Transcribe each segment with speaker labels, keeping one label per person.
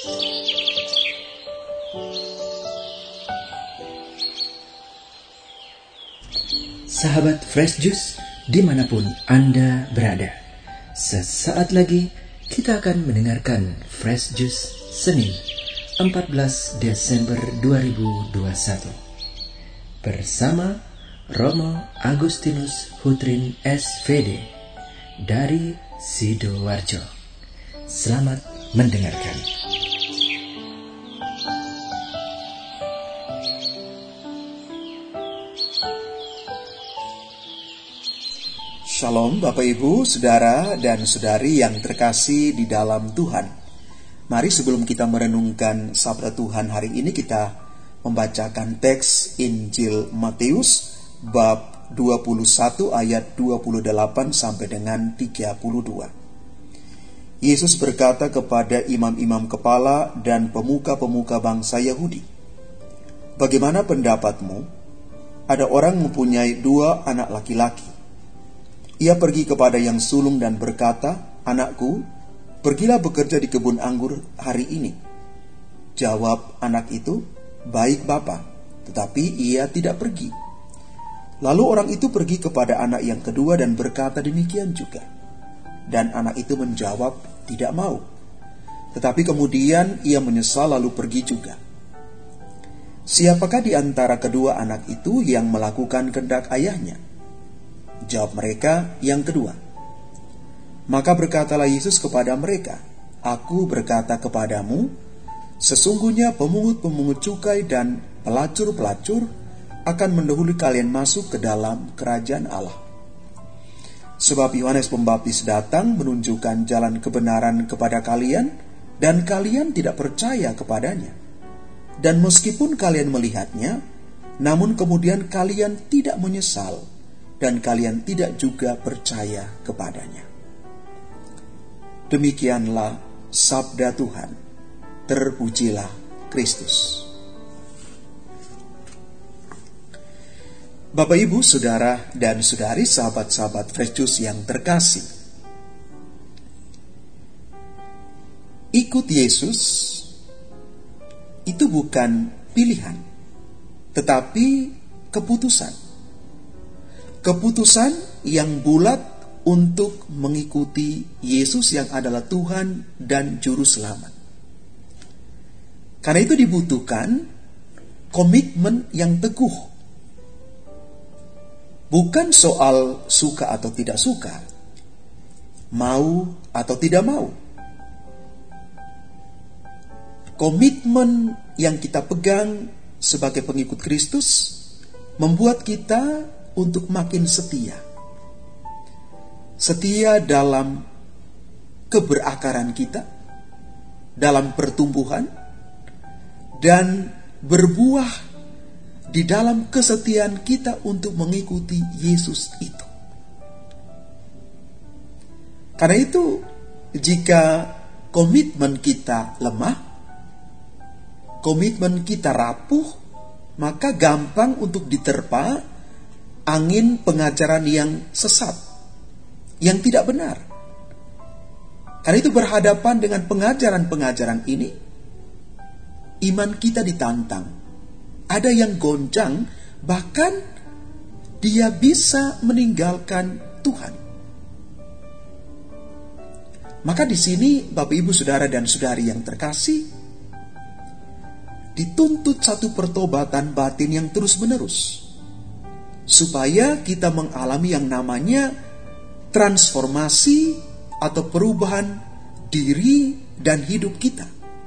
Speaker 1: Sahabat Fresh Juice, dimanapun Anda berada, sesaat lagi kita akan mendengarkan Fresh Juice Senin 14 Desember 2021 bersama Romo Agustinus Hutrin SVD dari Sidoarjo. Selamat mendengarkan.
Speaker 2: Shalom Bapak Ibu, Saudara dan Saudari yang terkasih di dalam Tuhan. Mari sebelum kita merenungkan sabda Tuhan hari ini, kita membacakan teks Injil Matius bab 21 ayat 28 sampai dengan 32. Yesus berkata kepada imam-imam kepala dan pemuka-pemuka bangsa Yahudi, "Bagaimana pendapatmu? Ada orang mempunyai 2 anak laki-laki. Ia pergi kepada yang sulung dan berkata, 'Anakku, pergilah bekerja di kebun anggur hari ini.' Jawab anak itu, 'Baik, Bapa,' tetapi ia tidak pergi. Lalu orang itu pergi kepada anak yang kedua dan berkata demikian juga. Dan anak itu menjawab, 'Tidak mau.' Tetapi kemudian ia menyesal lalu pergi juga. Siapakah di antara kedua anak itu yang melakukan kehendak ayahnya?" Jawab mereka, "Yang kedua." Maka berkatalah Yesus kepada mereka, "Aku berkata kepadamu, sesungguhnya pemungut-pemungut cukai dan pelacur-pelacur akan mendahului kalian masuk ke dalam kerajaan Allah. Sebab Yohanes Pembaptis datang menunjukkan jalan kebenaran kepada kalian, dan kalian tidak percaya kepadanya. Dan meskipun kalian melihatnya, namun kemudian kalian tidak menyesal, dan kalian tidak juga percaya kepadanya." Demikianlah sabda Tuhan. Terpujilah Kristus. Bapak, Ibu, Saudara dan Saudari, sahabat-sahabat Fresh Juice yang terkasih, ikut Yesus itu bukan pilihan, tetapi keputusan. Keputusan yang bulat untuk mengikuti Yesus yang adalah Tuhan dan Juru Selamat. Karena itu dibutuhkan komitmen yang teguh. Bukan soal suka atau tidak suka, mau atau tidak mau. Komitmen yang kita pegang sebagai pengikut Kristus membuat kita untuk makin setia. Setia dalam keberakaran kita, dalam pertumbuhan, dan berbuah di dalam kesetiaan kita untuk mengikuti Yesus itu. Karena itu, jika komitmen kita lemah, komitmen kita rapuh, maka gampang untuk diterpa angin pengajaran yang sesat, yang tidak benar. Karena itu berhadapan dengan pengajaran-pengajaran ini, iman kita ditantang. Ada yang goncang, bahkan dia bisa meninggalkan Tuhan. Maka di sini Bapak, Ibu, Saudara dan Saudari yang terkasih, dituntut satu pertobatan batin yang terus-menerus, supaya kita mengalami yang namanya transformasi atau perubahan diri dan hidup kita.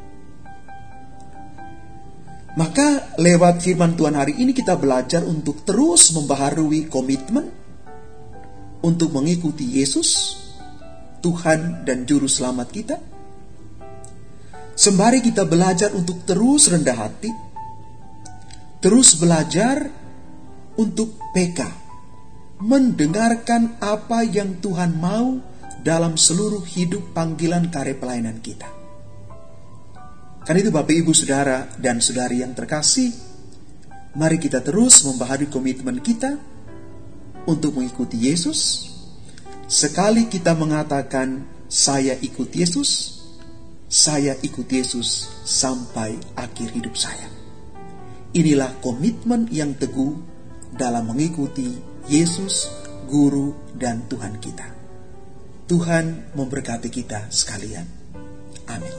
Speaker 2: Maka lewat firman Tuhan hari ini kita belajar untuk terus membaharui komitmen untuk mengikuti Yesus, Tuhan dan Juru Selamat kita. Sembari kita belajar untuk terus rendah hati, terus belajar untuk peka, mendengarkan apa yang Tuhan mau dalam seluruh hidup panggilan karya pelayanan kita. Karena itu Bapak, Ibu, Saudara dan Saudari yang terkasih, mari kita terus membaharui komitmen kita untuk mengikuti Yesus. Sekali kita mengatakan saya ikut Yesus, saya ikut Yesus sampai akhir hidup saya. Inilah komitmen yang teguh dalam mengikuti Yesus, Guru dan Tuhan kita. Tuhan memberkati kita sekalian. Amin.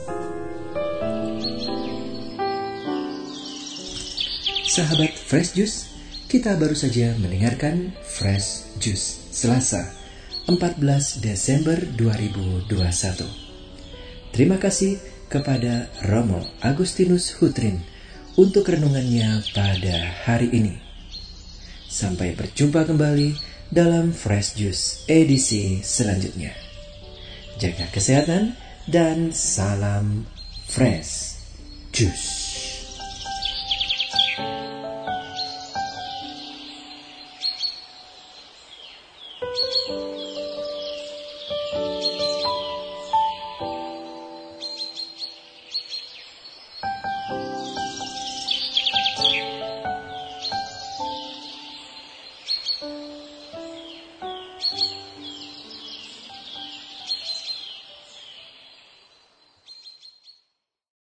Speaker 1: Sahabat Fresh Juice, kita baru saja mendengarkan Fresh Juice Selasa 14 Desember 2021. Terima kasih kepada Romo Agustinus Hutrin untuk renungannya pada hari ini. Sampai berjumpa kembali dalam Fresh Juice edisi selanjutnya. Jaga kesehatan dan salam Fresh Juice.